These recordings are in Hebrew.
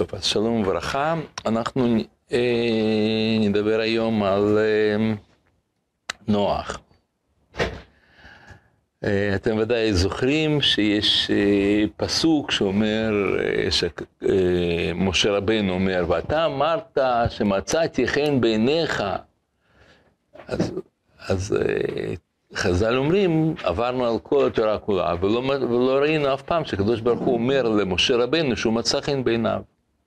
טוב, אז שלום וברכה. אנחנו נדבר היום על נוח. אתם ודאי זוכרים שיש פסוק שאומר, משה רבנו אומר, ואתה אמרת שמצאתי חן בעיניך. אז חז"ל אומרים, עברנו על כל התורה כולה, ולא ראינו אף פעם שקדוש ברוך הוא אומר למשה רבנו שהוא מצא חן בעיניו.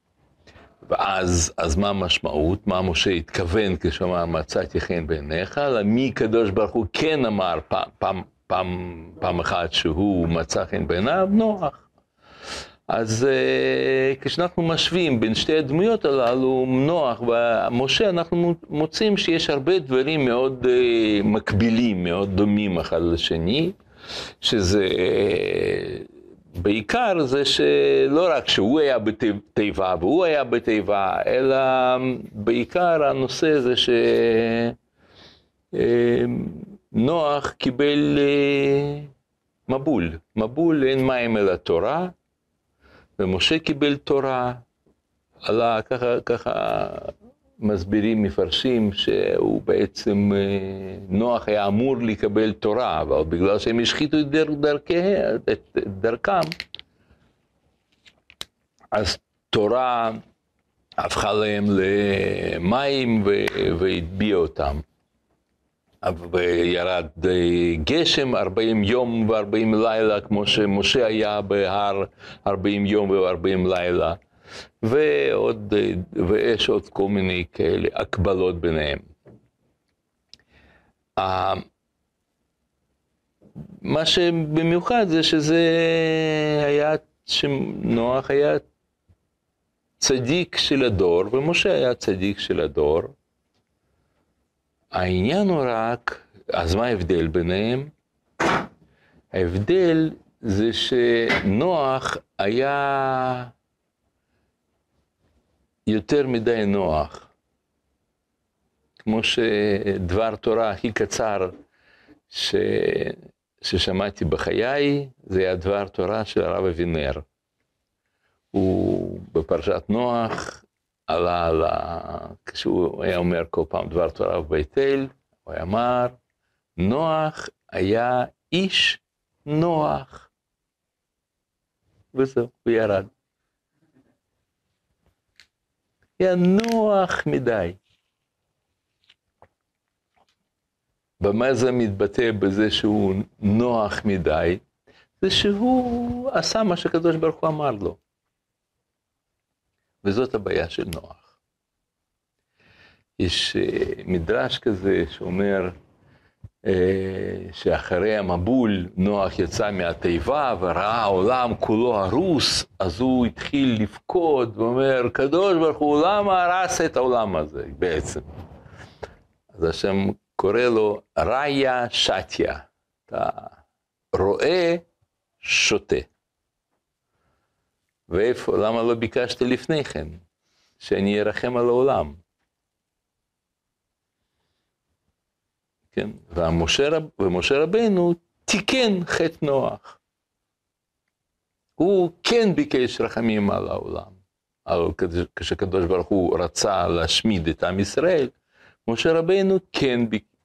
ואז מה המשמעות? מה משה התכוון כשאמר מצאתי חן בעיניך? למי קדוש ברוך הוא כן אמר פעם אחת שהוא מצא חן בעיניו? נוח. אז כשאנחנו משווים בין שתי הדמויות הללו, נוח ומשה, אנחנו מוצאים שיש הרבה דברים מאוד מקבילים, מאוד דומים אחד לשני, שזה בעיקר זה שלא רק שהוא היה בתיבה והוא היה בתיבה, אלא בעיקר הנושא זה שנוח קיבל מבול, אין מים אלא תורה, ומשה קיבל תורה. עלה ככה מסבירים מפרשים שהוא בעצם, נוח היה אמור לקבל תורה, אבל בגלל שהם השחיתו את דרכם, אז תורה הפכה להם למים והטביע אותם. וירד גשם 40 יום ו40 לילה, כמו שמשה היה בהר 40 יום ו40 לילה, ויש עוד כל מיני כאלה הקבלות ביניהם. מה שבמיוחד זה שנוח היה צדיק של הדור, ומשה היה צדיק של הדור. העניין הוא רק, אז מה ההבדל ביניהם? ההבדל זה שנוח היה יותר מדי נוח. כמו שדבר תורה הכי קצר ששמעתי בחיי, זה היה דבר תורה של הרב אבינר. הוא בפרשת נוח, כשהוא היה אומר כל פעם דבר תורה בבית אל, הוא אמר, נוח היה איש נוח. וזהו, הוא ירד. היה נוח מדי. במה זה מתבטא בזה שהוא נוח מדי? זה שהוא עשה מה שקדוש ברוך הוא אמר לו. וזאת הבעיה של נוח. יש מדרש כזה שאומר שאחרי המבול נוח יצא מהתיבה וראה העולם כולו הרוס, אז הוא התחיל לבכות ואומר, קדוש ברוך הוא, למה הרס את העולם הזה בעצם? אז השם קורא לו ראיה שתיה, אתה רואה שותה. ואיפה, למה לא ביקשת לפני כן, שאני ארחם על העולם? כן, ומשה רבנו תיקן חטא נוח. הוא כן ביקש רחמים על העולם. כשקדוש ברוך הוא רצה להשמיד את עם ישראל, משה רבנו כן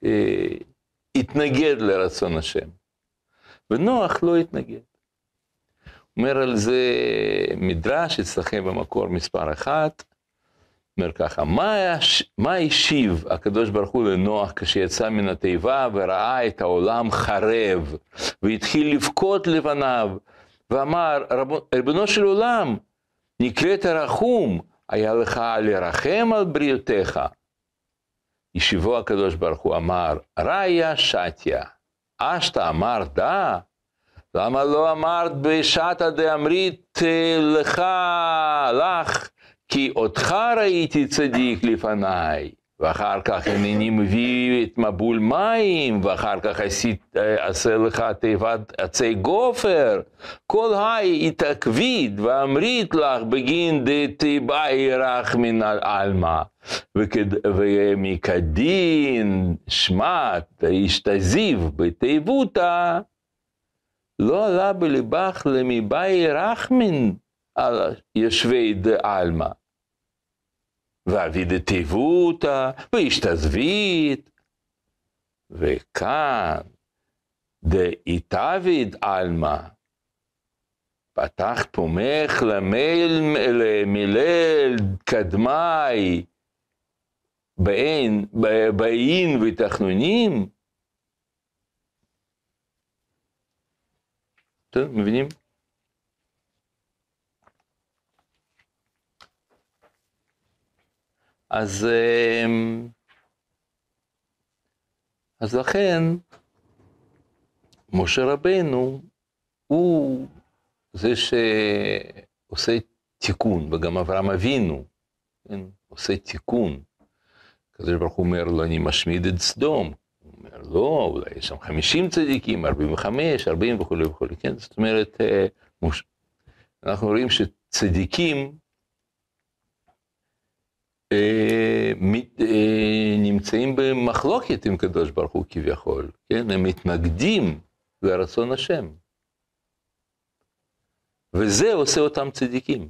התנגד לרצון השם. ונוח לא התנגד. אומר על זה מדרש, אצלכם במקור מספר 1, אומר ככה, מה השיב הקדוש ברוך הוא לנוח כשיצא מן התיבה וראה את העולם חרב, והתחיל לבכות לבניו, ואמר, ריבונו של עולם, נקראת רחום, היה לך לרחם על בריאותיך. ישיבו הקדוש ברוך הוא אמר, ראיה שתיה, אשתא אמר דה, למה לא אמרת בשעתא דאמרית לך, כי אותך ראיתי צדיק לפניי, ואחר כך הנני מביא את מבול מים, ואחר כך אעשה לך תיבת עצי גופר, כל היי התעכבית ואמרית לך בגין דתיבאי רחמין עלמא, ומקדין שמת והשתזיב בתיבותא, לא עלה בלבך למיבאי רחמין, על יושבי דעלמא, ואבידתיבותא, ואשתזבית, וכאן דאיתביד עלמא, פתח פומך למילל קדמי, באין ותחנונים. טוב, מבינים? אז לכן, משה רבנו הוא זה שעושה תיקון, וגם אברהם אבינו, כן, עושה תיקון. הקדוש ברוך הוא אומר לו, אני משמיד את סדום. הוא אומר, לא, אולי יש שם 50 צדיקים, 45, 40 וכו' וכו', כן? זאת אומרת, אנחנו רואים שצדיקים נמצאים במחלוקת עם הקדוש ברוך הוא כביכול, כן? הם מתנגדים לרצון השם. וזה עושה אותם צדיקים.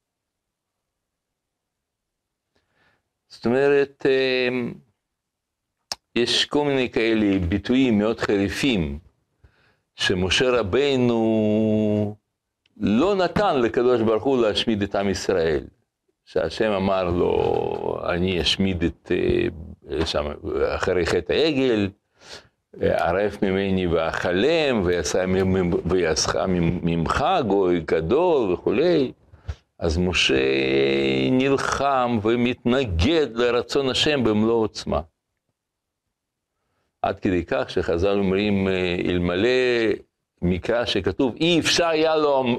זאת אומרת, יש כל מיני כאלה ביטויים מאוד חריפים, שמשה רבנו לא נתן לקדוש ברוך הוא להשמיד את עם ישראל. שהשם אמר לו, אני אשמיד את שם אחרי חטא העגל, ערף ממני ואכלם, ויעשך ממך גוי גדול וכולי. אז משה נלחם ומתנגד לרצון השם במלוא עוצמה. עד כדי כך שחז"ל אומרים, אלמלא מקרא שכתוב, אי אפשר היה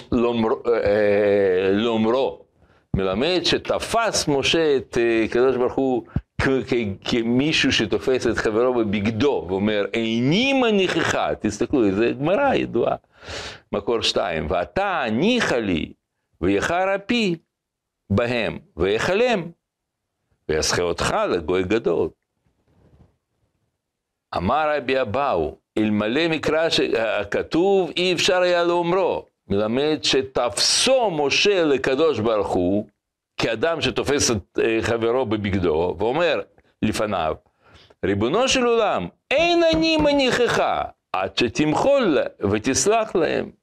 לאומרו, מלמד שתפס משה את קדוש ברוך הוא כמישהו שתופס את חברו בבגדו, ואומר, איני מניחך, תסתכלו, זה גמרא ידועה, מקור 2, ואתה הניחה לי, ויחר אפי בהם, ויחלם, ויסחה אותך לגוי גדול. אמר רבי אבאו, אלמלא מקרא שכתוב, אי אפשר היה לאומרו, מלמד שתפסו משה לקדוש ברוך הוא, כאדם שתופס את חברו בבגדו, ואומר לפניו, ריבונו של עולם, אין אני מניחך, עד שתמחול ותסלח להם.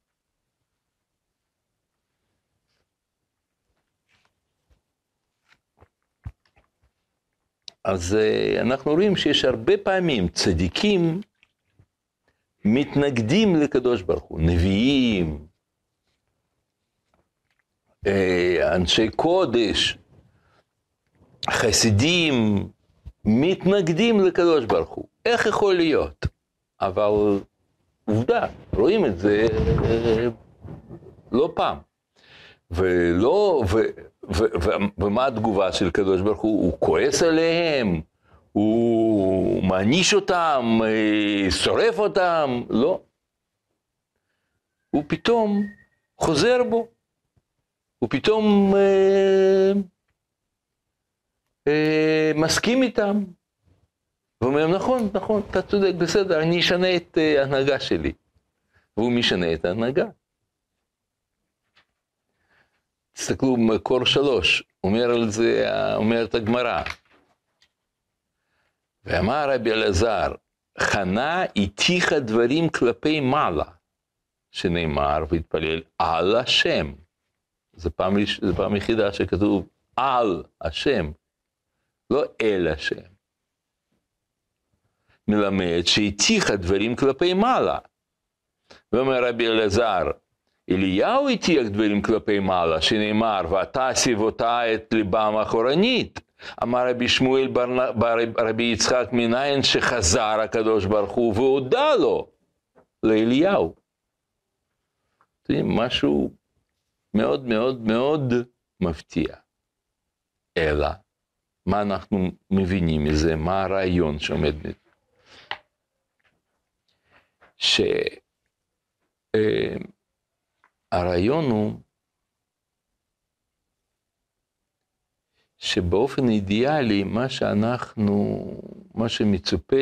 אז אנחנו רואים שיש הרבה פעמים צדיקים מתנגדים לקדוש ברוך הוא, נביאים, אנשי קודש, חסידים, מתנגדים לקדוש ברוך הוא. איך יכול להיות? אבל עובדה, רואים את זה לא פעם. ומה התגובה של קדוש ברוך הוא? הוא כועס עליהם, הוא מעניש אותם, שורף אותם, לא. הוא פתאום חוזר בו, הוא פתאום מסכים איתם, ואומר, נכון, אתה צודק, בסדר, אני אשנה את ההנהגה שלי. והוא משנה את ההנהגה. תסתכלו, מקור 3, אומר על זה, אומרת הגמרא. ואמר רבי אלעזר, חנה איתיך דברים כלפי מעלה, שנאמר והתפלל על השם. זו פעם יחידה שכתוב על השם, לא אל השם. מלמד שאיתיך דברים כלפי מעלה. ואומר רבי אלעזר, אליהו הטיח דברים כלפי מעלה, שנאמר, ואתה סיבותה את ליבם אחורנית. אמר רבי שמואל רבי יצחק, מניין שחזר הקדוש ברוך הוא והודה לו, לאליהו. זה משהו מאוד מאוד מאוד מפתיע. אלא, מה אנחנו מבינים מזה? מה הרעיון שעומד מזה? הרעיון הוא שבאופן אידיאלי מה שמצופה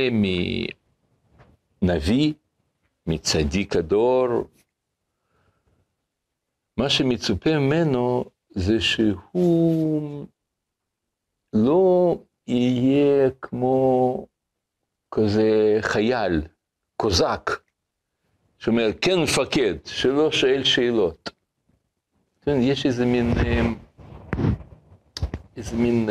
מנביא, מצדיק הדור, מה שמצופה ממנו זה שהוא לא יהיה כמו כזה חייל, קוזק, שאומר, כן מפקד, שלא שואל שאלות. יש איזה מין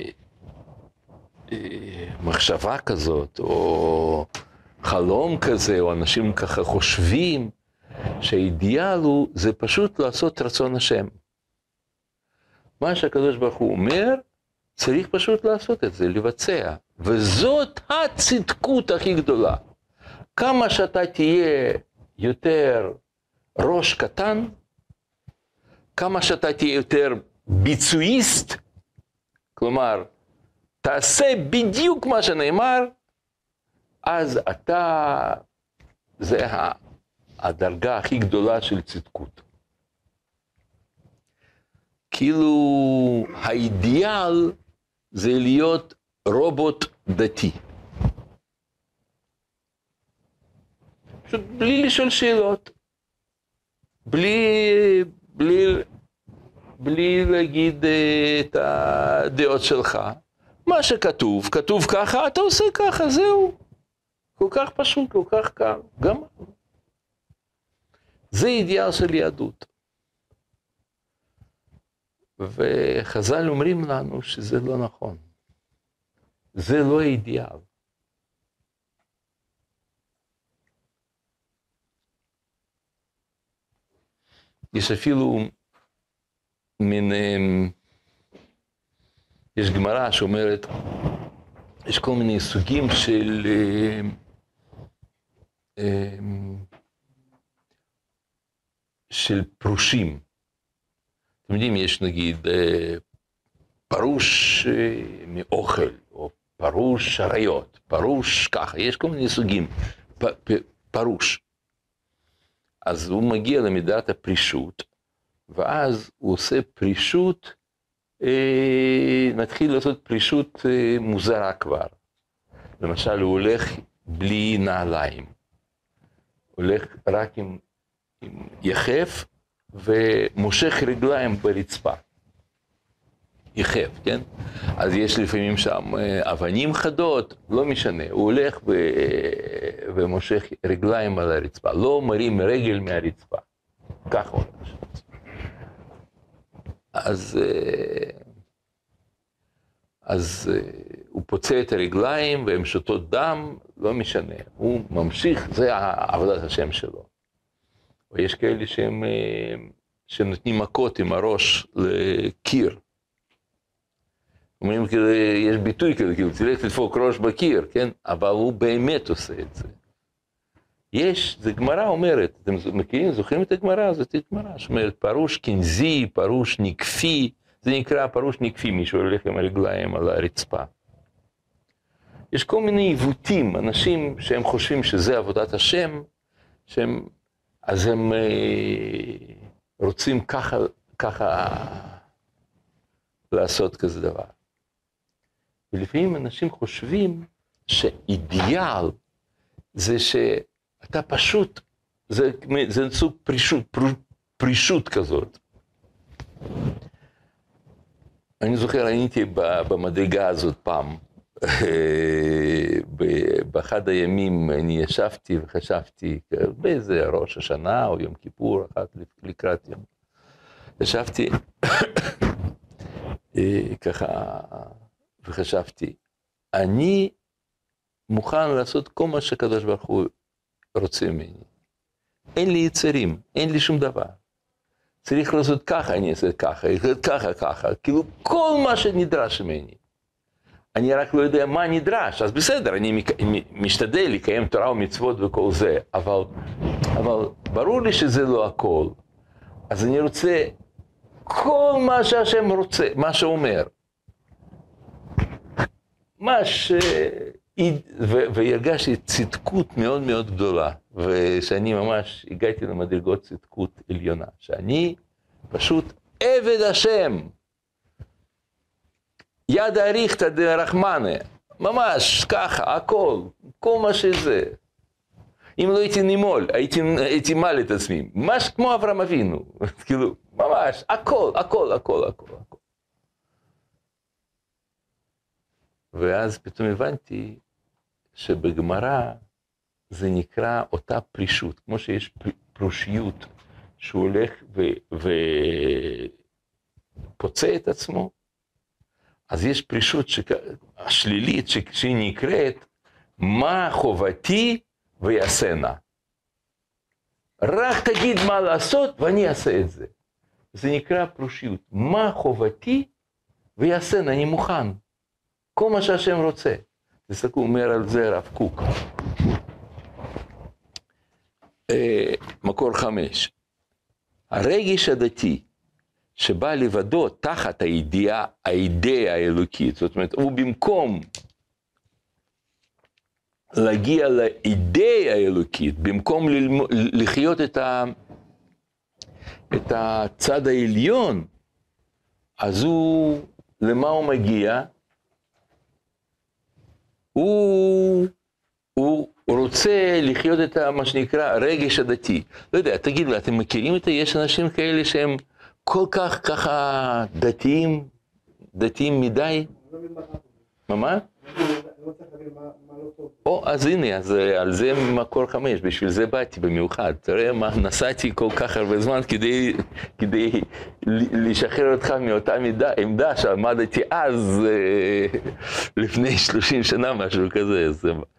מחשבה כזאת, או חלום כזה, או אנשים ככה חושבים, שהאידיאל הוא, זה פשוט לעשות רצון השם. מה שהקדוש ברוך הוא אומר, צריך פשוט לעשות את זה, לבצע. וזאת הצדקות הכי גדולה. כמה שאתה תהיה יותר ראש קטן, כמה שאתה תהיה יותר ביצועיסט, כלומר, תעשה בדיוק מה שנאמר, אז אתה, זה הדרגה הכי גדולה של צדקות. כאילו האידיאל זה להיות רובוט דתי. פשוט בלי לשאול שאלות. בלי להגיד את הדעות שלך. מה שכתוב, כתוב ככה, אתה עושה ככה, זהו. כל כך פשוט, כל כך קל. גם זה אידיאל של יהדות. וחז"ל אומרים לנו שזה לא נכון. זה לא אידיאל. יש אפילו יש גמרא שאומרת, יש כל מיני סוגים של פרושים. אתם יודעים, יש נגיד פרוש מאוכל, או פרוש אריות, פרוש ככה, יש כל מיני סוגים, פרוש. אז הוא מגיע למידת הפרישות, ואז הוא עושה פרישות, נתחיל לעשות פרישות מוזרה כבר. למשל, הוא הולך בלי נעליים, הולך רק עם יחף, ומושך רגליים ברצפה. יחף, כן? אז יש לפעמים שם אבנים חדות, לא משנה, הוא הולך ומושך רגליים על הרצפה, לא מרים רגל מהרצפה. ככה הוא הולך. אז הוא פוצע את הרגליים והם שותות דם, לא משנה, הוא ממשיך, זה עבודת השם שלו. ויש כאלה שנותנים מכות עם הראש לקיר. אומרים, יש ביטוי כזה, כאילו, תלך לדפוק ראש בקיר, כן? אבל הוא באמת עושה את זה. זה גמרא אומרת, אתם מכירים, זוכרים את הגמרא? זאת גמרא, שאומרת, פרוש כנזי, פרוש נקפי, זה נקרא פרוש נקפי, מישהו הולך עם הרגליים על הרצפה. יש כל מיני עיוותים, אנשים שהם חושבים שזה עבודת השם, אז הם רוצים ככה לעשות כזה דבר. ולפעמים אנשים חושבים שאידיאל זה שאתה פשוט, זה סוג פרישות כזאת. אני זוכר, הייתי במדרגה הזאת פעם, באחד הימים אני ישבתי וחשבתי, באיזה ראש השנה או יום כיפור, אחת לקראת יום. ישבתי ככה וחשבתי, אני מוכן לעשות כל מה שהקדוש ברוך הוא רוצה ממני. אין לי יצרים, אין לי שום דבר. צריך לעשות ככה, אני אעשה ככה, ככה, כאילו כל מה שנדרש ממני. אני רק לא יודע מה נדרש, אז בסדר, אני משתדל לקיים תורה ומצוות וכל זה, אבל ברור לי שזה לא הכל. אז אני רוצה כל מה שהשם רוצה, מה שאומר. והרגשתי צדקות מאוד מאוד גדולה, ושאני ממש הגעתי למדרגות צדקות עליונה, שאני פשוט עבד השם. יד אריכתא דרחמנא, ממש ככה, הכל, כל מה שזה. אם לא הייתי נימול, הייתי מל את עצמי. ממש כמו אברהם אבינו. כאילו, ממש, הכל. ואז פתאום הבנתי שבגמרא זה נקרא אותה פרישות. כמו שיש פרושיות שהוא הולך ופוצע את עצמו, אז יש פרישות השלילית שהיא נקראת מה חובתי ויעשנה. רק תגיד מה לעשות ואני אעשה את זה. זה נקרא פרושיות. מה חובתי ויעשנה, אני מוכן. כל מה שהשם רוצה. תסתכלו, אומר על זה הרב קוק. מקור 5. הרגש הדתי שבא לבדו תחת האידאה האלוקית, זאת אומרת, הוא במקום להגיע לאידאה האלוקית, במקום לחיות את הצד העליון, אז למה הוא מגיע? הוא רוצה לחיות את מה שנקרא רגש הדתי. לא יודע, תגיד לי, אתם מכירים יש אנשים כאלה שהם כל כך ככה דתיים מדי? מה? אז הנה, על זה מקור 5, בשביל זה באתי במיוחד. תראה מה, נסעתי כל כך הרבה זמן כדי לשחרר אותך מאותה עמדה שעמדתי אז, לפני 30 שנה, משהו כזה.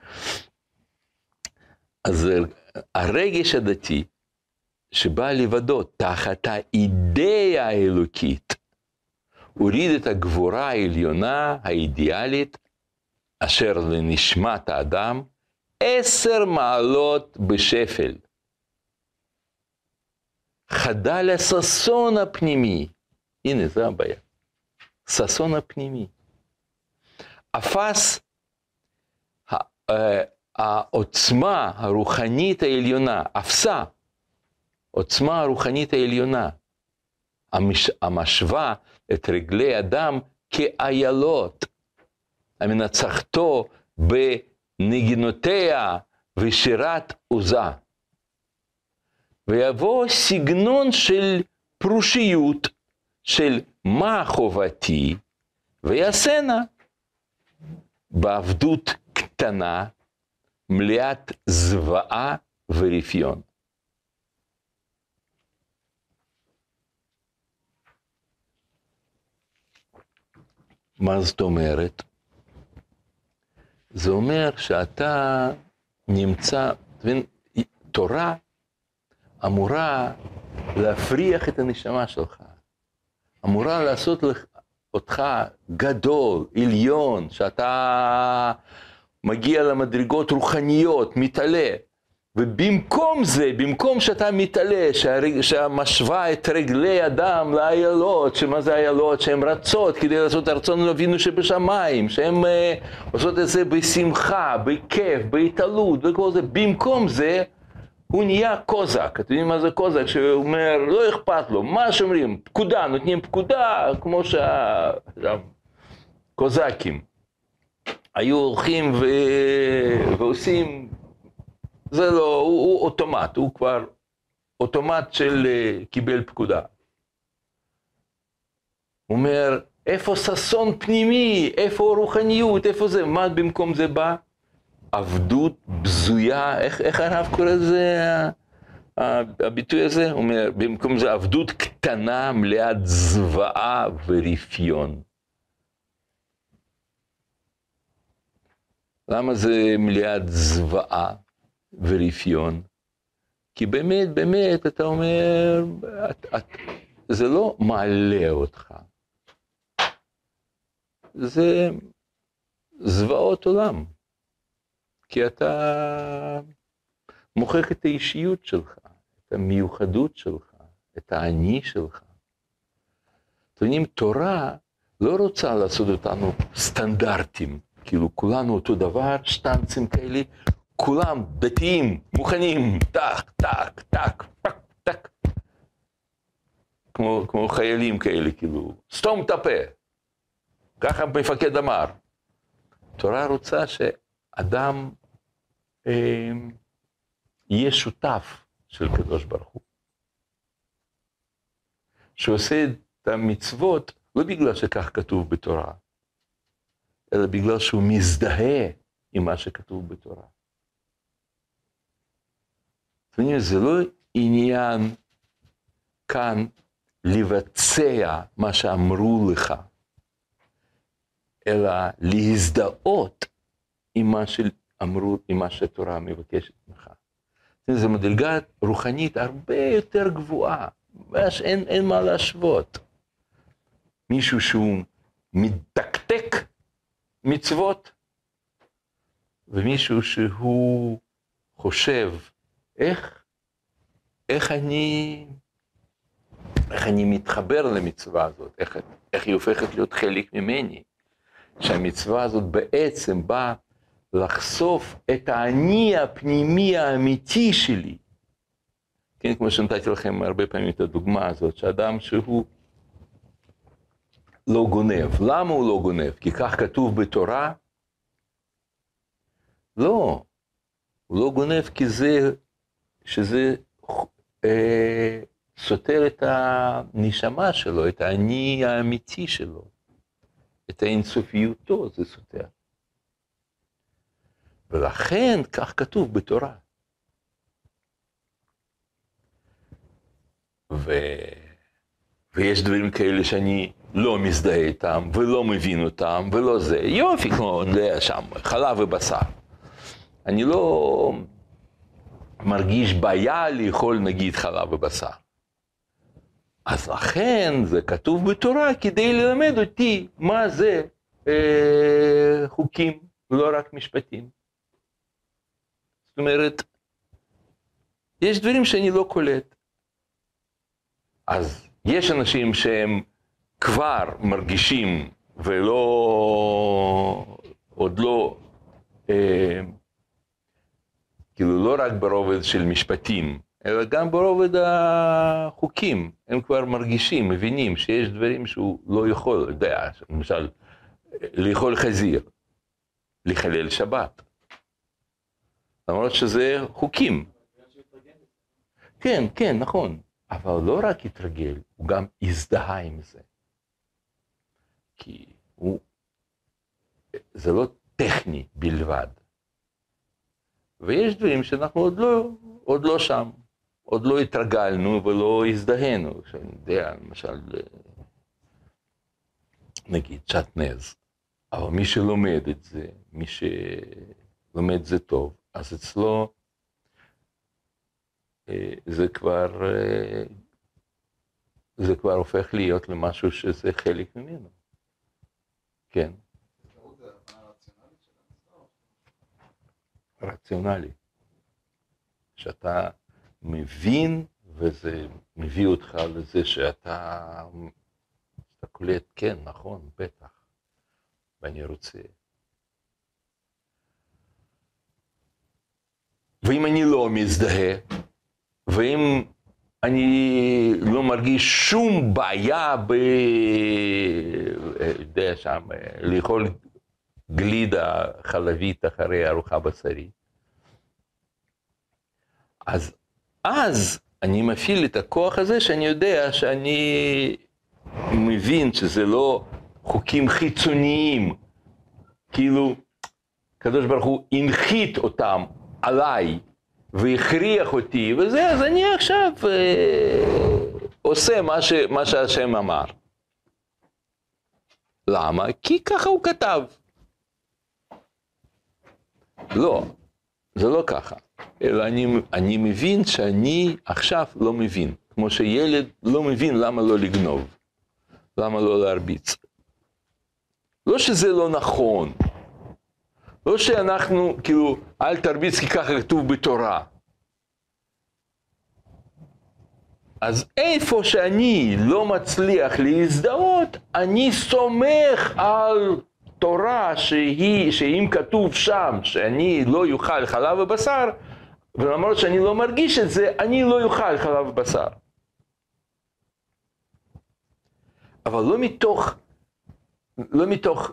אז הרגש הדתי, שבא לבדו תחת האידאה האלוקית, הוריד את הגבורה העליונה, האידיאלית, אשר לנשמת האדם 10 מעלות בשפל. חדל הששון הפנימי, הנה זה הבעיה, ששון הפנימי. אפס העוצמה הרוחנית העליונה, אפסה, עוצמה הרוחנית העליונה, המשווה את רגלי אדם כאיילות, המנצחתו בנגינותיה ושירת עוזה. ויבוא סגנון של פרושיות, של מה חובתי, ויעשנה בעבדות קטנה, מלאת זוועה ורפיון. מה זאת אומרת? זה אומר שאתה נמצא, תורה אמורה להפריח את הנשמה שלך, אמורה לעשות אותך גדול, עליון, שאתה מגיע למדרגות רוחניות, מתעלה, ובמקום זה, במקום שאתה מתעלה, שמשווה את רגלי אדם לאיילות, שמה זה איילות? שהן רצות כדי לעשות הרצון אבינו שבשמיים, שהן עושות את זה בשמחה, בכיף, בהתעלות, וכל זה, במקום זה, הוא נהיה קוזק. אתם יודעים מה זה קוזק? שהוא אומר, לא אכפת לו, מה שאומרים, פקודה, נותנים פקודה, כמו שהקוזקים היו הולכים ועושים, זה לא, הוא אוטומט, הוא כבר אוטומט של קיבל פקודה. הוא אומר, איפה ששון פנימי, איפה רוחניות, איפה זה, מה במקום זה בא? עבדות בזויה, איך הרב קורא לזה, הביטוי הזה? הוא אומר, במקום זה עבדות קטנה, מלאת זוועה ורפיון. למה זה מלאת זוועה ורפיון? כי באמת, אתה אומר, זה לא מעלה אותך. זה זוועות עולם. כי אתה מוכיח את האישיות שלך, את המיוחדות שלך, את האני שלך. אתם יודעים, תורה לא רוצה לעשות אותנו סטנדרטים, כאילו כולנו אותו דבר, שטנצים כאלה, כולם דתיים, מוכנים, טק, טק, טק, טק, טק. כמו חיילים כאלה, כאילו, סתום את הפה. ככה מפקד אמר. תורה רוצה שאדם יהיה שותף של קדוש ברוך הוא. שעושה את המצוות לא בגלל שכך כתוב בתורה, אלא בגלל שהוא מזדהה עם מה שכתוב בתורה. זה לא עניין כאן לבצע מה שאמרו לך, אלא להזדהות עם מה שאמרו, עם מה שהתורה מבקשת ממך. זו מדרגה רוחנית הרבה יותר גבוהה, אין מה להשוות. מישהו שהוא מתקתק מצוות, ומישהו שהוא חושב, איך אני מתחבר למצווה הזאת, איך היא הופכת להיות חלק ממני, שהמצווה הזאת בעצם באה לחשוף את האני הפנימי האמיתי שלי. כן, כמו שנתתי לכם הרבה פעמים את הדוגמה הזאת, שאדם שהוא לא גונב. למה הוא לא גונב? כי כך כתוב בתורה? לא. הוא לא גונב כי שזה סותר את הנשמה שלו, את האני האמיתי שלו, את האינסופיותו זה סותר. ולכן כך כתוב בתורה. ויש דברים כאלה שאני לא מזדהה איתם, ולא מבין אותם, ולא זה. יופי, כמו שם, חלב ובשר. אני לא מרגיש בעיה לאכול נגיד חלב ובשר. אז לכן זה כתוב בתורה כדי ללמד אותי מה זה חוקים, לא רק משפטים. זאת אומרת, יש דברים שאני לא קולט. אז יש אנשים שהם כבר מרגישים עוד לא, כאילו לא רק ברובד של משפטים, אלא גם ברובד החוקים. הם כבר מרגישים, מבינים שיש דברים שהוא לא יכול, יודע, למשל, לאכול חזיר, לחלל שבת. למרות שזה חוקים. כן, כן, נכון. אבל לא רק התרגל, הוא גם הזדהה עם זה. כי זה לא טכני בלבד. ויש דברים שאנחנו עוד לא שם. עוד לא התרגלנו ולא הזדהינו. שאני יודע, למשל, נגיד, שעטנז. אבל מי שלומד את זה, מי שלומד את זה טוב, אז אצלו זה כבר הופך להיות למשהו שזה חלק ממנו. כן. רציונלי. שאתה מבין, וזה מביא אותך לזה שאתה קולט, כן, נכון, בטח, ואני רוצה. ואם אני לא מזדהה, ואם אני לא מרגיש שום בעיה יודע שם, לאכול גלידה חלבית אחרי ארוחה בשרית, אז אני מפעיל את הכוח הזה שאני יודע שאני מבין שזה לא חוקים חיצוניים, כאילו הקדוש ברוך הוא הנחית אותם עליי והכריח אותי וזה, אז אני עכשיו עושה מה שהשם אמר. למה? כי ככה הוא כתב. לא, זה לא ככה. אלא אני מבין שאני עכשיו לא מבין. כמו שילד לא מבין למה לא לגנוב. למה לא להרביץ. לא שזה לא נכון. לא שאנחנו, כאילו, אל תרביץ כי ככה כתוב בתורה. אז איפה שאני לא מצליח להזדהות, אני סומך על תורה שאם כתוב שם שאני לא יאכל חלב ובשר, ולמרות שאני לא מרגיש את זה, אני לא יאכל חלב ובשר. אבל לא מתוך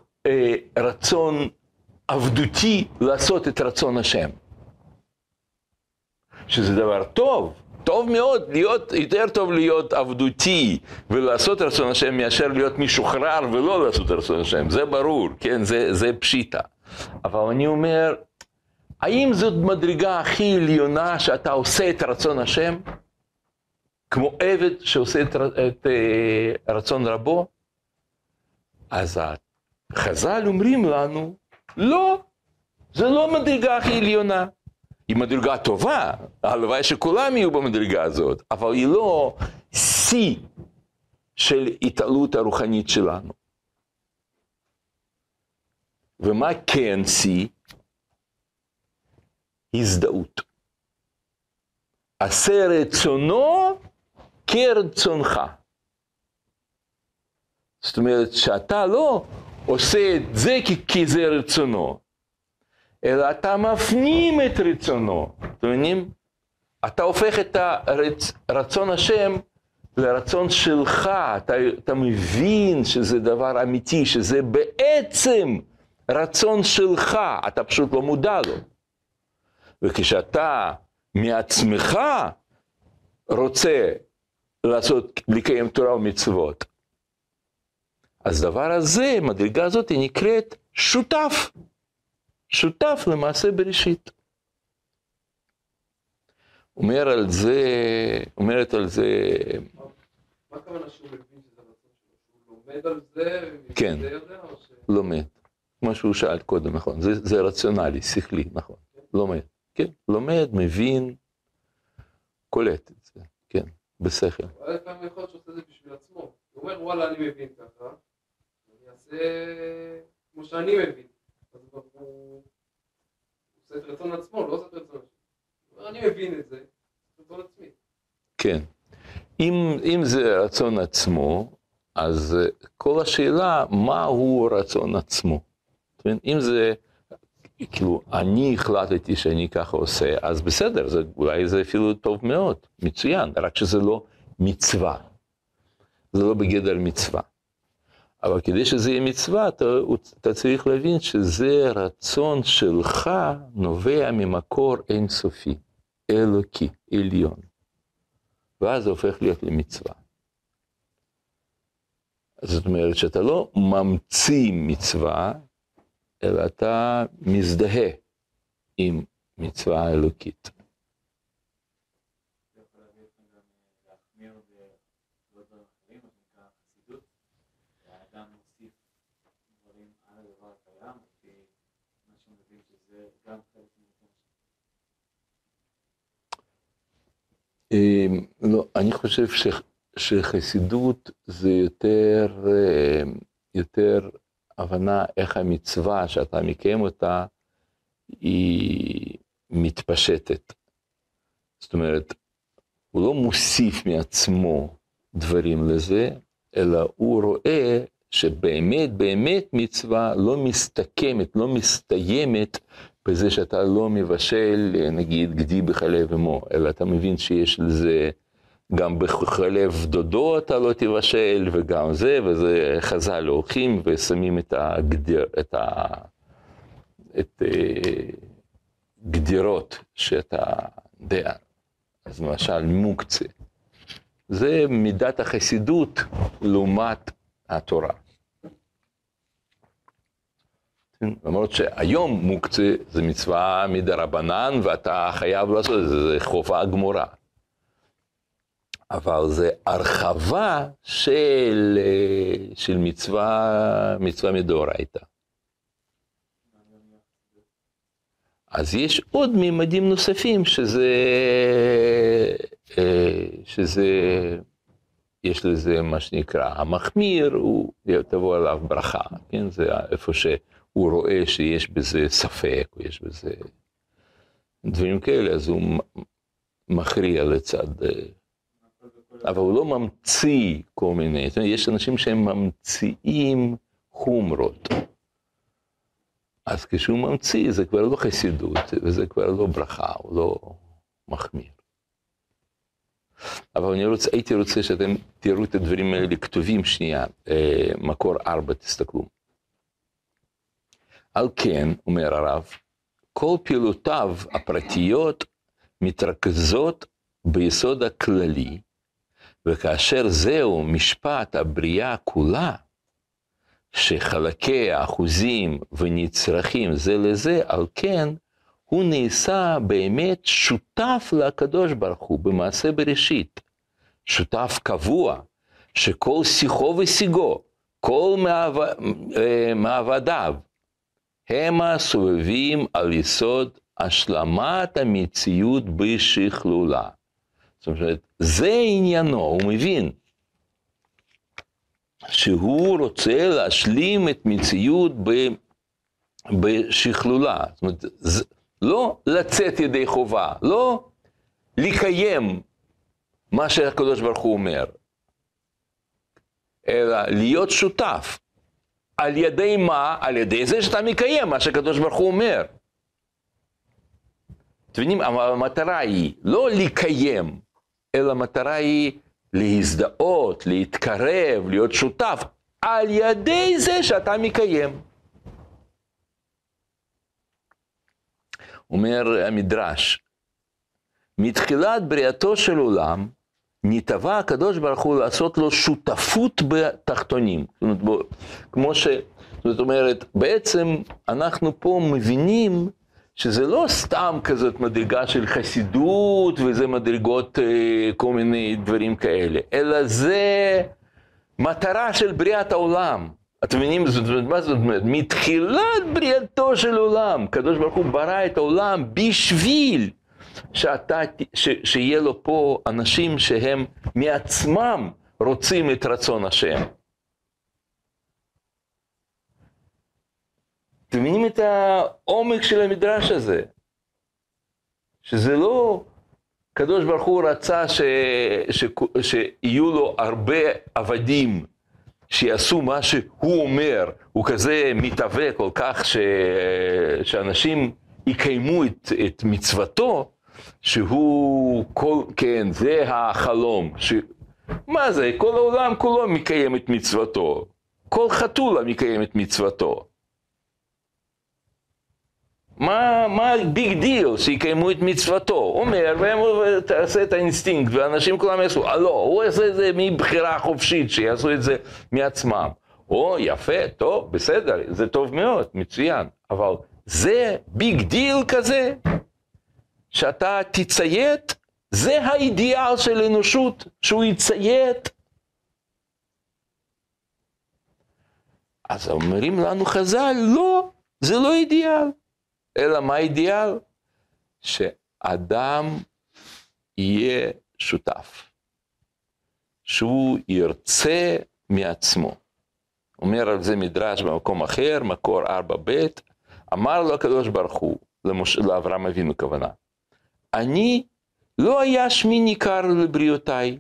רצון עבדותי לעשות את רצון השם. שזה דבר טוב, טוב מאוד, יותר טוב להיות עבדותי ולעשות רצון השם מאשר להיות משוחרר ולא לעשות רצון השם, זה ברור, כן, זה פשיטה. אבל אני אומר, האם זאת מדרגה הכי עליונה שאתה עושה את רצון השם? כמו עבד שעושה את רצון רבו? אז החז"ל אומרים לנו, לא, זה לא מדרגה הכי עליונה. היא מדרגה טובה, הלוואי שכולם יהיו במדרגה הזאת, אבל היא לא שיא של התעלות הרוחנית שלנו. ומה כן שיא? הזדהות. עשה רצונו כרצונך. זאת אומרת שאתה לא עושה את זה כי זה רצונו, אלא אתה מפנים את רצונו. אתם מבינים? אתה הופך את רצון השם לרצון שלך. אתה מבין שזה דבר אמיתי, שזה בעצם רצון שלך, אתה פשוט לא מודע לו. וכשאתה מעצמך רוצה לקיים תורה ומצוות, אז דבר הזה, מדרגה הזאת, היא נקראת שותף. שותף למעשה בראשית. אומרת על זה... מה הכוונה שהוא מבין שזה רצון שלו? הוא לומד על זה? כן, לומד. כמו שהוא שאל קודם, נכון. זה רציונלי, שכלי, נכון. לומד. כן, לומד, מבין, קולט את זה. כן, בשכל. אבל לפעמים יכול להיות שעושה את זה בשביל עצמו. הוא אומר, וואלה, אני מבין ככה. אני אעשה כמו שאני מבין. אז הוא עושה את רצון עצמו, לא עושה את רצון עצמו. הוא אומר, אני מבין את זה, רצון עצמי. כן. אם זה רצון עצמו, אז כל השאלה, מהו רצון עצמו? אם זה, כאילו, אני החלטתי שאני ככה עושה, אז בסדר, אולי זה אפילו טוב מאוד, מצוין, רק שזה לא מצווה. זה לא בגדר מצווה. אבל כדי שזה יהיה מצווה, אתה צריך להבין שזה רצון שלך נובע ממקור אינסופי, אלוקי, עליון. ואז זה הופך להיות למצווה. זאת אומרת שאתה לא ממציא מצווה, אלא אתה מזדהה עם מצווה אלוקית. לא, אני חושב שחסידות זה יותר הבנה איך המצווה שאתה מקיים אותה היא מתפשטת. זאת אומרת, הוא לא מוסיף מעצמו דברים לזה, אלא הוא רואה שבאמת, באמת מצווה לא מסתכמת, לא מסתיימת בזה שאתה לא מבשל, נגיד, גדי בחלב אמו, אלא אתה מבין שיש לזה, גם בחלב דודו אתה לא תבשל, וגם זה, וזה חז"ל הולכים ושמים את גדירות שאתה יודע, אז למשל מוקצה. זה מידת החסידות לעומת התורה. למרות שהיום מוקצה זה מצווה מדרבנן ואתה חייב לעשות את זה, זה חובה גמורה. אבל זה הרחבה של מצווה מדאורייתא. אז יש עוד ממדים נוספים יש לזה מה שנקרא, המחמיר, הוא תבוא עליו ברכה, כן? זה איפה שהוא רואה שיש בזה ספק, או יש בזה דברים כאלה, אז הוא מכריע לצד, אבל הוא לא ממציא כל מיני, יש אנשים שהם ממציאים חומרות. אז כשהוא ממציא, זה כבר לא חסידות, וזה כבר לא ברכה, הוא לא מחמיר. אבל הייתי רוצה שאתם תראו את הדברים האלה כתובים שנייה, מקור 4, תסתכלו. על כן, אומר הרב, כל פעולותיו הפרטיות מתרכזות ביסוד הכללי, וכאשר זהו משפט הבריאה כולה, שחלקי האחוזים ונצרכים זה לזה, על כן הוא נעשה באמת שותף לקדוש ברוך הוא במעשה בראשית, שותף קבוע, שכל שיחו ושיגו, כל מעבדיו, המה סובבים על יסוד השלמת המציאות בשכלולה. זאת אומרת, זה עניינו, הוא מבין שהוא רוצה להשלים את מציאות בשכלולה. זאת אומרת, לא לצאת ידי חובה, לא לקיים מה שהקדוש ברוך הוא אומר, אלא להיות שותף. על ידי מה? על ידי זה שאתה מקיים מה שהקדוש ברוך הוא אומר. אתם מבינים, המטרה היא לא לקיים, אלא המטרה היא להזדהות, להתקרב, להיות שותף, על ידי זה שאתה מקיים. אומר המדרש, מתחילת בריאתו של עולם, נתבע הקדוש ברוך הוא לעשות לו שותפות בתחתונים. זאת אומרת, בעצם אנחנו פה מבינים שזה לא סתם כזאת מדרגה של חסידות, וזה מדרגות כל מיני דברים כאלה, אלא זה מטרה של בריאת העולם. אתם מבינים, מה זאת אומרת? מתחילת בריאתו של עולם, הקדוש ברוך הוא ברא את העולם בשביל שיהיה לו פה אנשים שהם מעצמם רוצים את רצון השם. אתם מבינים את העומק של המדרש הזה? שזה לא, הקדוש ברוך הוא רצה שיהיו לו הרבה עבדים שיעשו מה שהוא אומר, הוא כזה מתהווה כל כך שאנשים יקיימו את מצוותו, שהוא, כן, זה החלום. מה זה? כל העולם כולו מקיים את מצוותו. כל חתולה מקיים את מצוותו. מה ביג דיל שיקיימו את מצוותו? אומר, והם תעשה את האינסטינקט, ואנשים כולם יעשו, לא, הוא עושה את זה מבחירה חופשית, שיעשו את זה מעצמם. או, יפה, טוב, בסדר, זה טוב מאוד, מצוין, אבל זה ביג דיל כזה, שאתה תציית, זה האידיאל של אנושות, שהוא יציית. אז אומרים לנו חז"ל, לא, זה לא אידיאל. אלא מה האידיאל? שאדם יהיה שותף. שהוא ירצה מעצמו. אומר על זה מדרש במקום אחר, מקור 4ב, אמר לו הקדוש ברוך הוא, לאברהם אבינו כוונה, אני לא היה שמי ניכר לבריאותיי,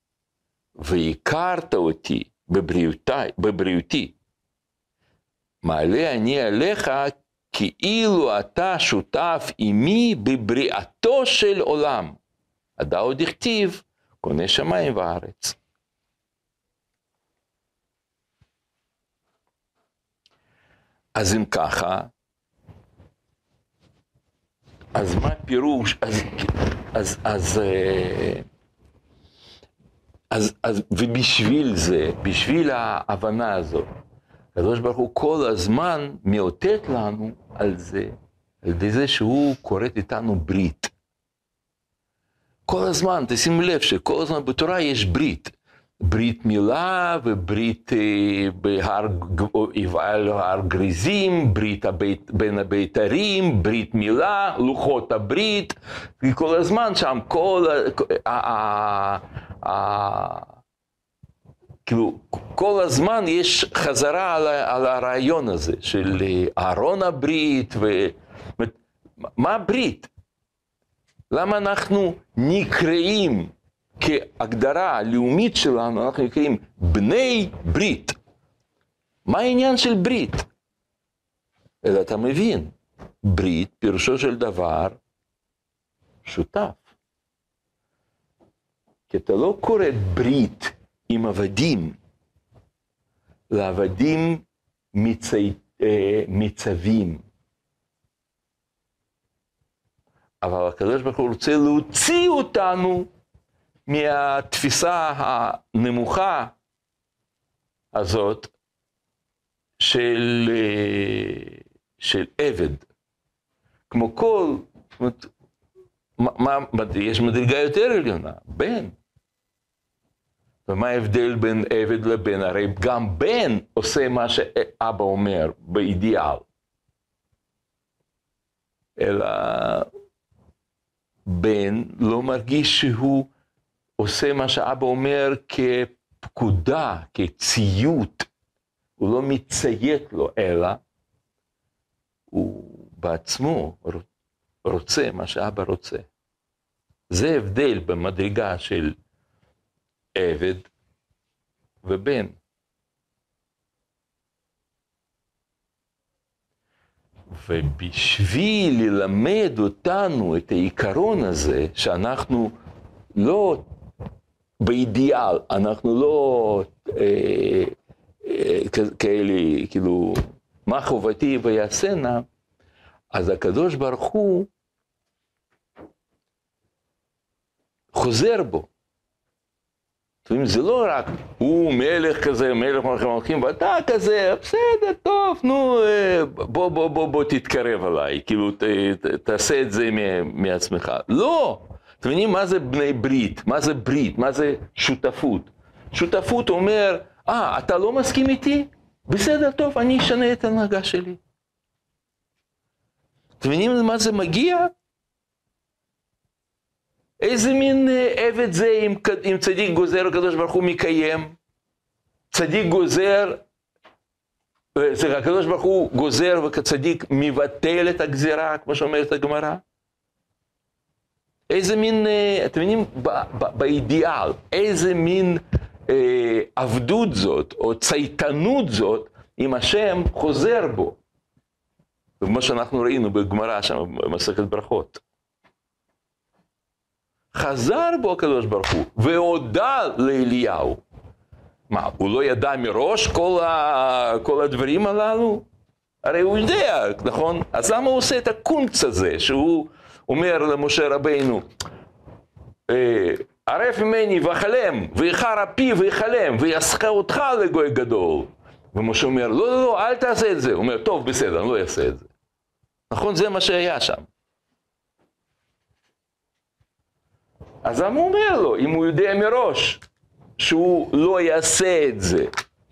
והכרת אותי בבריאותי. מעלה אני עליך כאילו אתה שותף עמי בבריאתו של עולם. הדא עוד הכתיב, קונה שמיים וארץ. אז אם ככה, אז מה פירוש? אז ובשביל זה, בשביל ההבנה הזו, הקדוש ברוך הוא כל הזמן מאותת לנו על זה, על ידי זה שהוא כורת איתנו ברית. כל הזמן, תשימו לב שכל הזמן בתורה יש ברית. ברית מילה וברית בהר גריזים, ברית בין הביתרים, ברית מילה, לוחות הברית, וכל הזמן שם כאילו, כל הזמן יש חזרה על הרעיון הזה של אהרון הברית, מה הברית? למה אנחנו נקראים כהגדרה הלאומית שלנו, אנחנו נקראים בני ברית? מה העניין של ברית? אלא אתה מבין, ברית פירושו של דבר שותף. כי אתה לא קורא ברית עם עבדים, לעבדים מצווים. אבל הקדוש ברוך הוא רוצה להוציא אותנו מהתפיסה הנמוכה הזאת של עבד. כמו כל, יש מדרגה יותר עליונה, בן. ומה ההבדל בין עבד לבן? הרי גם בן עושה מה שאבא אומר באידיאל. אלא בן לא מרגיש שהוא עושה מה שאבא אומר כפקודה, כציות. הוא לא מציית לו, אלא הוא בעצמו רוצה מה שאבא רוצה. זה הבדל במדרגה של עבד ובן. ובשביל ללמד אותנו את העיקרון הזה, שאנחנו לא באידיאל, אנחנו לא כאלה, כאילו, מה חובתי ויעשנה, אז הקדוש ברוך הוא חוזר בו. זאת אומרת, זה לא רק, הוא מלך כזה, מלך מלכים מלכים, ואתה כזה, בסדר, טוב, נו, בוא תתקרב עליי, כאילו, תעשה את זה מעצמך. לא! אתם מבינים מה זה בני ברית? מה זה ברית? מה זה שותפות? שותפות אומר, אתה לא מסכים איתי? בסדר, טוב, אני אשנה את ההנהגה שלי. אתם מבינים למה זה מגיע? איזה מין עבד זה אם צדיק גוזר, הקדוש ברוך הוא מקיים? צדיק גוזר, הקדוש ברוך הוא גוזר וצדיק מבטל את הגזירה, כמו שאומרת הגמרא? איזה מין, אתם מבינים, באידיאל, איזה מין עבדות זאת, או צייתנות זאת, אם השם חוזר בו. כמו שאנחנו ראינו בגמרא שם, במסכת ברכות. חזר בו הקדוש ברוך הוא, והודה לאליהו. מה, הוא לא ידע מראש כל הדברים הללו? הרי הוא יודע, נכון? אז למה הוא עושה את הקונץ הזה, שהוא אומר למשה רבינו, ערף ממני וחלם, ויחר אפי ויחלם, ויסחה אותך לגוי גדול. ומשה אומר, לא, אל תעשה את זה. הוא אומר, טוב, בסדר, אני לא אעשה את זה. נכון? זה מה שהיה שם. אז למה הוא אומר לו, אם הוא יודע מראש, שהוא לא יעשה את זה?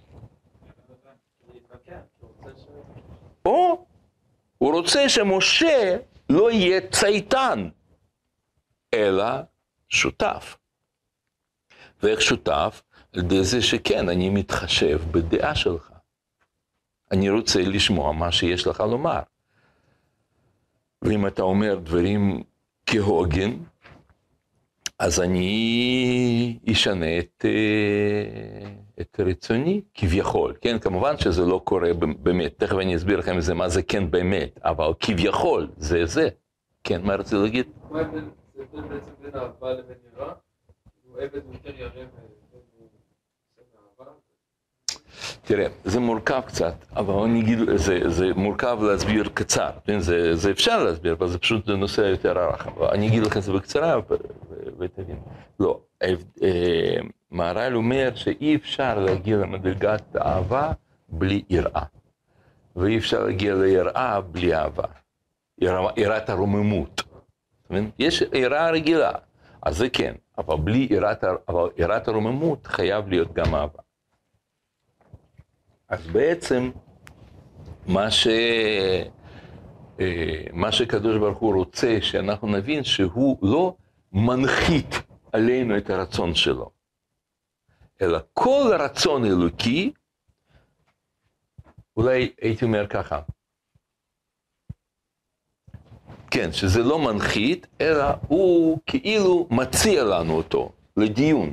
או, הוא רוצה שמשה לא יהיה צייתן, אלא שותף. ואיך שותף? על ידי זה שכן, אני מתחשב בדעה שלך. אני רוצה לשמוע מה שיש לך לומר. ואם אתה אומר דברים כהוגן, אז אני אשנה את רצוני כביכול. כן, כמובן שזה לא קורה באמת. תכף אני אסביר לכם מה זה כן באמת, אבל כביכול זה. כן, מה רציתי להגיד? מה ההבדל בעצם בין אהבה לבין יראה? הוא עבד יותר ירא והוא עושה מאהבה? תראה, זה מורכב קצת, אבל אני אגיד, זה מורכב להסביר קצר. זה אפשר להסביר, אבל זה פשוט נושא יותר ארוך. אני אגיד לכם את זה בקצרה ותבין. לא, מהר"ל אומר שאי אפשר להגיע למדרגת אהבה בלי יראה. ואי אפשר להגיע ליראה בלי אהבה. יראת הרוממות. יש יראה רגילה, אז זה כן, אבל בלי יראת הרוממות חייב להיות גם אהבה. אז בעצם מה שקדוש ברוך הוא רוצה שאנחנו נבין שהוא לא מנחית עלינו את הרצון שלו, אלא כל הרצון אלוקי, אולי הייתי אומר ככה, כן, שזה לא מנחית, אלא הוא כאילו מציע לנו אותו לדיון.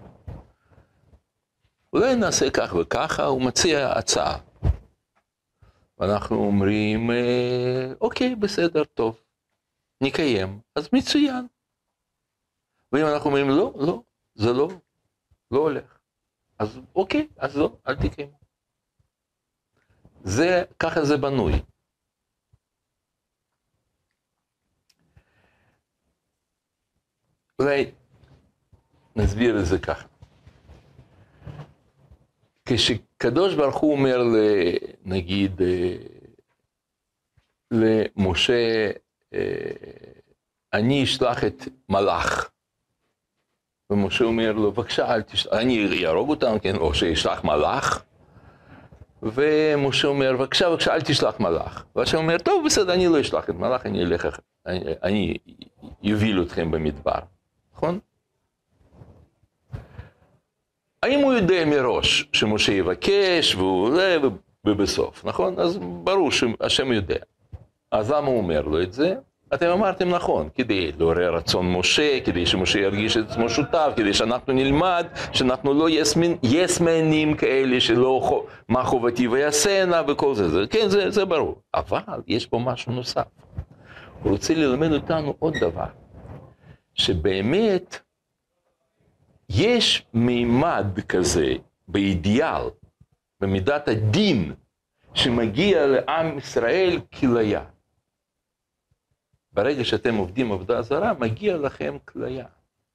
אולי נעשה כך וככה, הוא מציע הצעה. ואנחנו אומרים, אוקיי, בסדר, טוב, נקיים, אז מצוין. ואם אנחנו אומרים, לא, זה לא הולך. אז אוקיי, אז לא, אל תקיים. ככה זה בנוי. אולי נסביר את זה ככה. כשקדוש ברוך הוא אומר, נגיד, למשה, אני אשלח את מלאך. ומשה אומר לו, בבקשה, אל תשלח, אני ארוג אותם, כן, או שישלח מלאך. ומשה אומר, בבקשה, אל תשלח מלאך. והשם אומר, טוב, בסדר, אני לא אשלח את מלאך, אני אוביל אתכם במדבר. נכון? האם הוא יודע מראש שמשה יבקש והוא עולה ובסוף, נכון? אז ברור שהשם יודע. אז למה הוא אומר לו את זה? אתם אמרתם נכון, כדי לעורר רצון משה, כדי שמשה ירגיש את עצמו שותף, כדי שאנחנו נלמד, שאנחנו לא יסמנים כאלה שלא מה חובתי ויעשנה וכל זה. כן, זה ברור. אבל יש פה משהו נוסף. הוא רוצה ללמד אותנו עוד דבר, שבאמת יש מימד כזה באידיאל, במידת הדין, שמגיע לעם ישראל כליה. ברגע שאתם עובדים עבודה זרה, מגיע לכם כליה.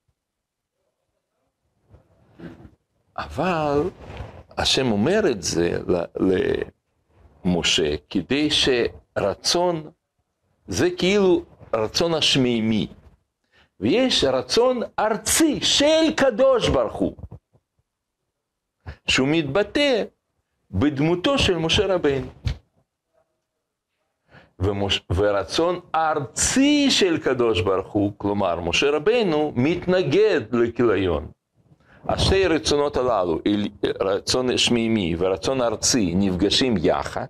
אבל השם אומר את זה למשה, כדי שרצון, זה כאילו רצון השמימי. ויש רצון ארצי של קדוש ברוך הוא, שהוא מתבטא בדמותו של משה רבינו. ורצון ארצי של קדוש ברוך הוא, כלומר, משה רבינו מתנגד לכיליון. השתי רצונות הללו, רצון שמימי ורצון ארצי, נפגשים יחד,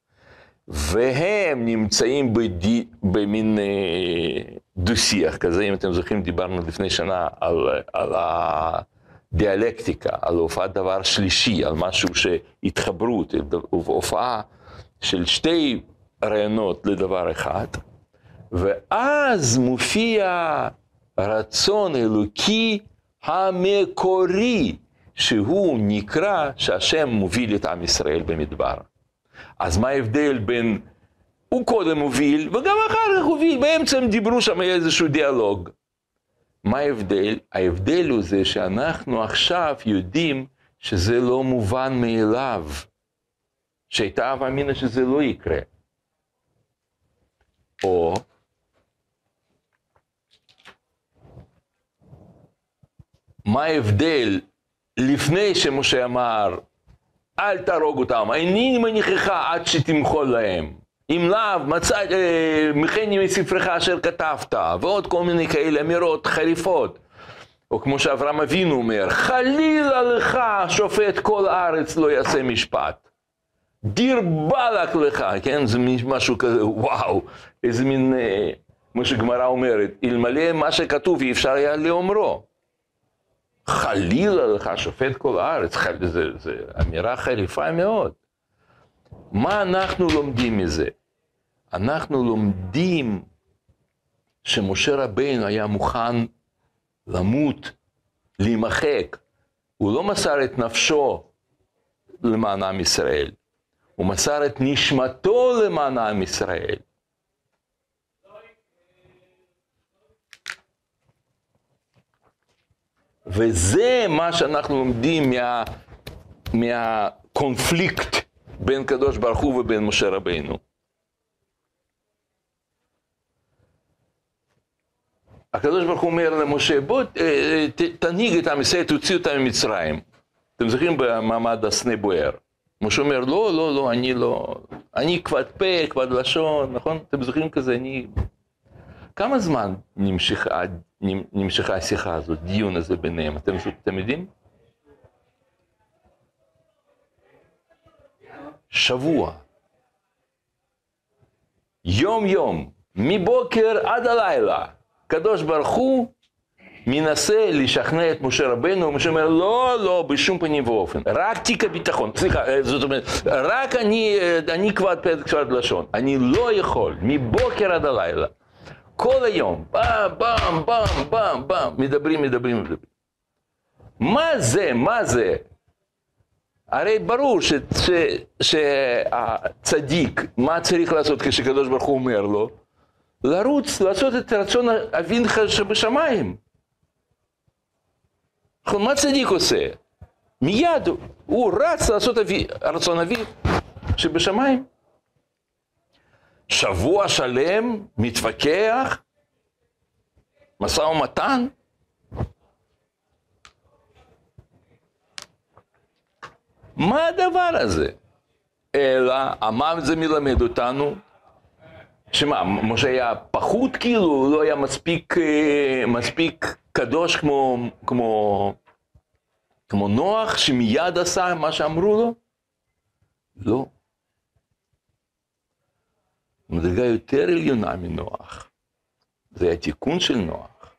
והם נמצאים במין דו-שיח כזה. אם אתם זוכרים, דיברנו לפני שנה על הדיאלקטיקה, על הופעת דבר שלישי, על משהו שהתחברות, הופעה של שתי רעיונות לדבר אחד, ואז מופיע רצון אלוקי המקורי, שהוא נקרא שהשם מוביל את עם ישראל במדבר. אז מה ההבדל בין, הוא קודם הוביל, וגם אחר כך הוביל, באמצע הם דיברו שם איזשהו דיאלוג. מה ההבדל? ההבדל הוא זה שאנחנו עכשיו יודעים שזה לא מובן מאליו, שהייתה הווה אמינא שזה לא יקרה. או מה ההבדל לפני שמשה אמר, אל תרוג אותם, אני מניחך עד שתמחול להם. אם לאו, מחני מספרך אשר כתבת, ועוד כל מיני כאלה אמירות חריפות. או כמו שאברהם אבינו אומר, חלילה לך שופט כל הארץ לא יעשה משפט. דיר בלק לך, כן? זה משהו כזה, וואו, איזה מין, כמו שגמרא אומרת, אלמלא מה שכתוב אי אפשר היה לאומרו. חלילה לך שופט כל הארץ, זה אמירה חריפה מאוד. מה אנחנו לומדים מזה? אנחנו לומדים שמשה רבינו היה מוכן למות, להימחק. הוא לא מסר את נפשו למען עם ישראל, הוא מסר את נשמתו למען עם ישראל. וזה מה שאנחנו לומדים מהקונפליקט בין קדוש ברוך הוא ובין משה רבינו. הקדוש ברוך הוא אומר למשה, בוא תנהיג את עם ישראל, תוציא אותם ממצרים. אתם זוכרים במעמד הסנה בוער. משה אומר, לא, אני כבד פה, כבד לשון, נכון? אתם זוכרים כזה, כמה זמן נמשכה השיחה הזאת, דיון הזה ביניהם? אתם יודעים? שבוע. יום, מבוקר עד הלילה. קדוש ברוך הוא מנסה לשכנע את משה רבינו, ומשה אומר, לא, בשום פנים ואופן. רק תיק הביטחון, סליחה, זאת אומרת, רק אני כבד פה, כבד לשון. אני לא יכול, מבוקר עד הלילה. כל היום, בם, מדברים. מה זה? הרי ברור שהצדיק, מה צריך לעשות כשקדוש ברוך הוא אומר לו? לרוץ, לעשות את רצון אביך שבשמיים. נכון, מה צדיק עושה? מיד הוא רץ לעשות רצון אביו שבשמיים. שבוע שלם מתווכח, משא ומתן. מה הדבר הזה? אלא, מה זה מלמד אותנו? שמה, משה היה פחות כאילו, הוא לא היה מספיק קדוש כמו נוח, שמיד עשה מה שאמרו לו? לא. מדרגה יותר עליונה מנוח. זה התיקון של נוח.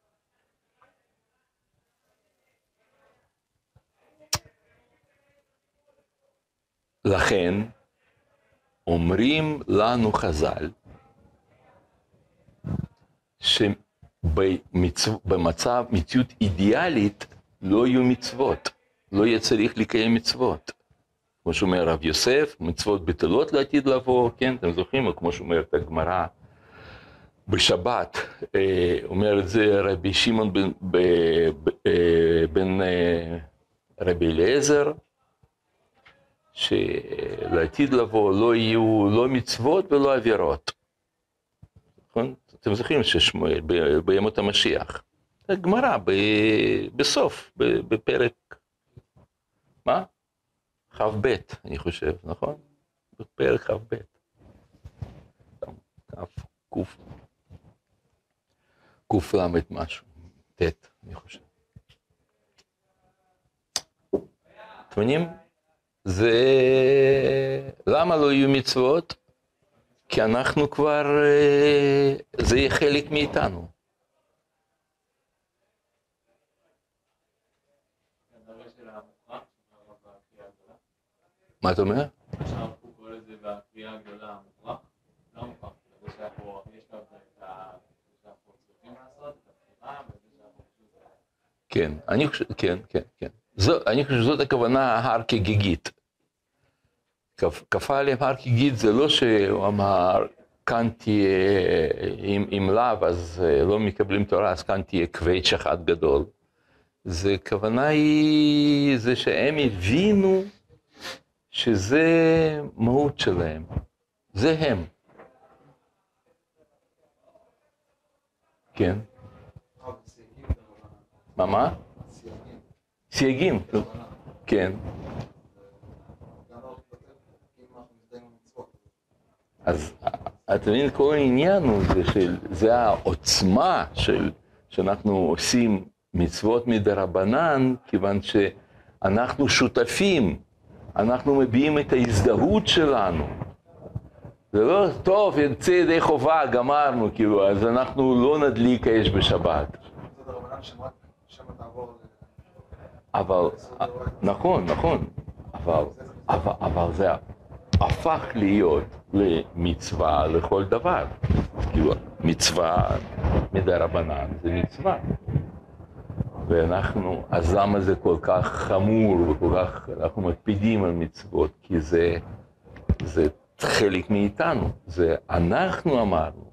לכן, אומרים לנו חז"ל, שבמצב, מציאות אידיאלית, לא יהיו מצוות, לא יהיה צריך לקיים מצוות. כמו שאומר רב יוסף, מצוות בטלות לעתיד לבוא, כן, אתם זוכרים, כמו שאומרת הגמרא, בשבת, אומר את זה רבי שמעון בן רבי אליעזר, שלעתיד לבוא לא יהיו לא מצוות ולא עבירות. נכון? אתם זוכרים ששמואל בימות המשיח. הגמרא בסוף, בפרק, מה? כ"ב, אני חושב, נכון? בפרק כ"ב. ק"ל משהו, ט', אני חושב. אתם מבינים? למה לא יהיו מצוות? כי אנחנו כבר, זה יהיה חלק מאיתנו. מה אתה אומר? עכשיו הוא קורא לזה בקריאה הגדולה המוכרח, לא המוכרח, זה שאנחנו, יש לו את שאנחנו צריכים לעשות, את הבחירה, וזה שאנחנו פשוט... כן, אני חושב, כן. אני חושב שזאת הכוונה הר כגיגית. כפה עליהם הר כגיגית זה לא שהוא אמר, כאן תהיה, אם לאו, אז לא מקבלים תורה, אז כאן תהיה קוויץ' אחד גדול. זה כוונה היא, זה שהם הבינו, שזה מהות שלהם, זה הם. כן. מה? סייגים, כן. אז אתה מבין, כל העניין הוא זה העוצמה שאנחנו עושים מצוות מדרבנן, כיוון שאנחנו שותפים, אנחנו מביעים את ההזדהות שלנו. זה לא טוב, יצא ידי חובה, גמרנו, כאילו, אז אנחנו לא נדליק אש בשבת. זה דרבנן שמה תעבור... אבל, נכון, אבל זה הפך להיות למצווה לכל דבר. כאילו, מצווה מדרבנן זה מצווה. ואנחנו, אז למה זה כל כך חמור וכל כך, אנחנו מקפידים על מצוות, כי זה חלק מאיתנו, זה אנחנו אמרנו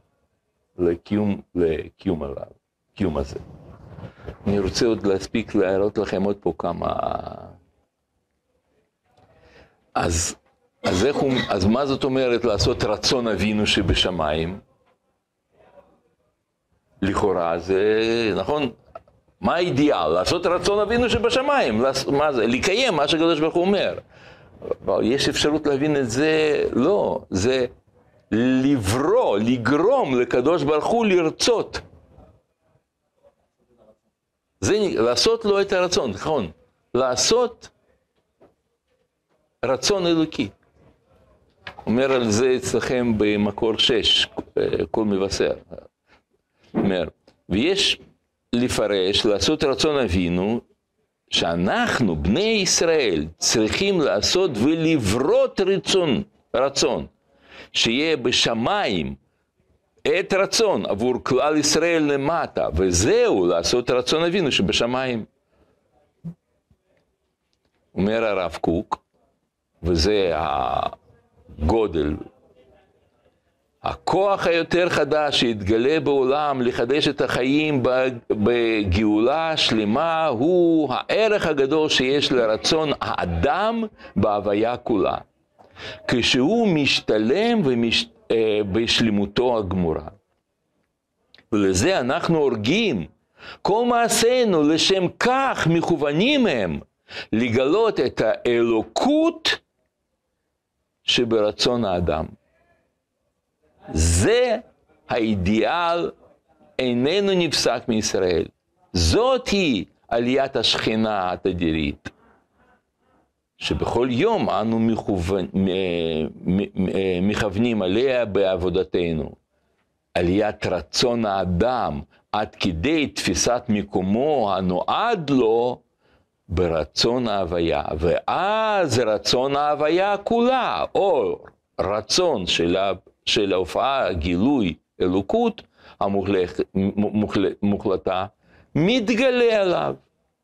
לקיום הזה. אני רוצה עוד להספיק להראות לכם עוד פה כמה... אז מה זאת אומרת לעשות רצון אבינו שבשמיים? לכאורה זה, נכון? מה האידיאל? לעשות רצון אבינו שבשמיים. מה זה? לקיים מה שהקדוש ברוך הוא אומר. אבל יש אפשרות להבין את זה, לא. זה לברוא, לגרום לקדוש ברוך הוא לרצות. זה לעשות לו את הרצון, נכון? לעשות רצון אלוקי. אומר על זה אצלכם במקור 6, כל מבשר. אומר, ויש לפרש, לעשות רצון אבינו, שאנחנו, בני ישראל, צריכים לעשות ולברות רצון, שיהיה בשמיים את רצון עבור כלל ישראל למטה, וזהו לעשות רצון אבינו שבשמיים. אומר הרב קוק, וזה הגודל הכוח היותר חדש שהתגלה בעולם לחדש את החיים בגאולה שלמה הוא הערך הגדול שיש לרצון האדם בהוויה כולה, כשהוא משתלם בשלמותו הגמורה. ולזה אנחנו הורגים. כל מעשינו לשם כך מכוונים הם לגלות את האלוקות שברצון האדם. זה האידיאל איננו נפסק מישראל. זאת היא עליית השכינה התדירית, שבכל יום אנו מכוונים עליה בעבודתנו. עליית רצון האדם עד כדי תפיסת מקומו הנועד לו ברצון ההוויה. ואז רצון ההוויה כולה, או רצון של ההופעה גילוי אלוקות המוחלטה, מתגלה עליו.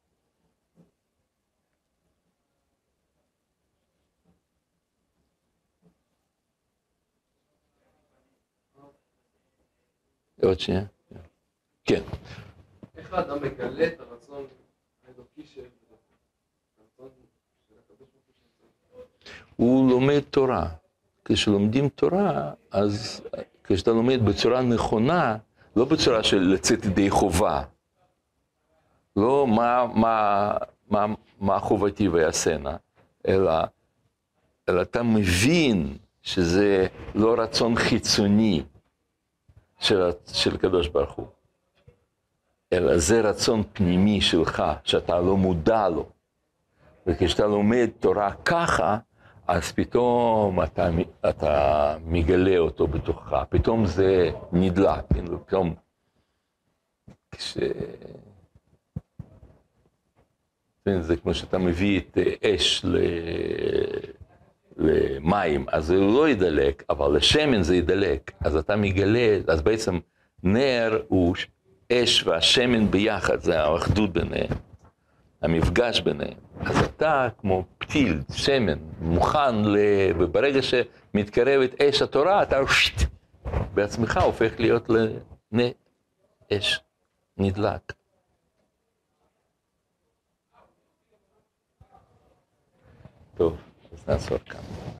עוד שנייה. כן. איך האדם מגלה את הרצון האלוקי של הרצון של הקדוש ברוך הוא? הוא לומד תורה. כשלומדים תורה, אז כשאתה לומד בצורה נכונה, לא בצורה של לצאת ידי חובה. לא מה חובתי ויעשנה, אלא אתה מבין שזה לא רצון חיצוני של הקדוש ברוך הוא, אלא זה רצון פנימי שלך, שאתה לא מודע לו. וכשאתה לומד תורה ככה, אז פתאום אתה מגלה אותו בתוכך, פתאום זה נדלק, פתאום זה כמו שאתה מביא את אש למים, אז זה לא ידלק, אבל לשמן זה ידלק, אז אתה מגלה, אז בעצם נר הוא אש והשמן ביחד, זה האחדות ביניהם, המפגש ביניהם. אז אתה כמו פתיל, שמן, מוכן, וברגע שמתקרבת אש התורה, אתה בעצמך הופך להיות לאש נדלק. טוב, אז נעצור כאן.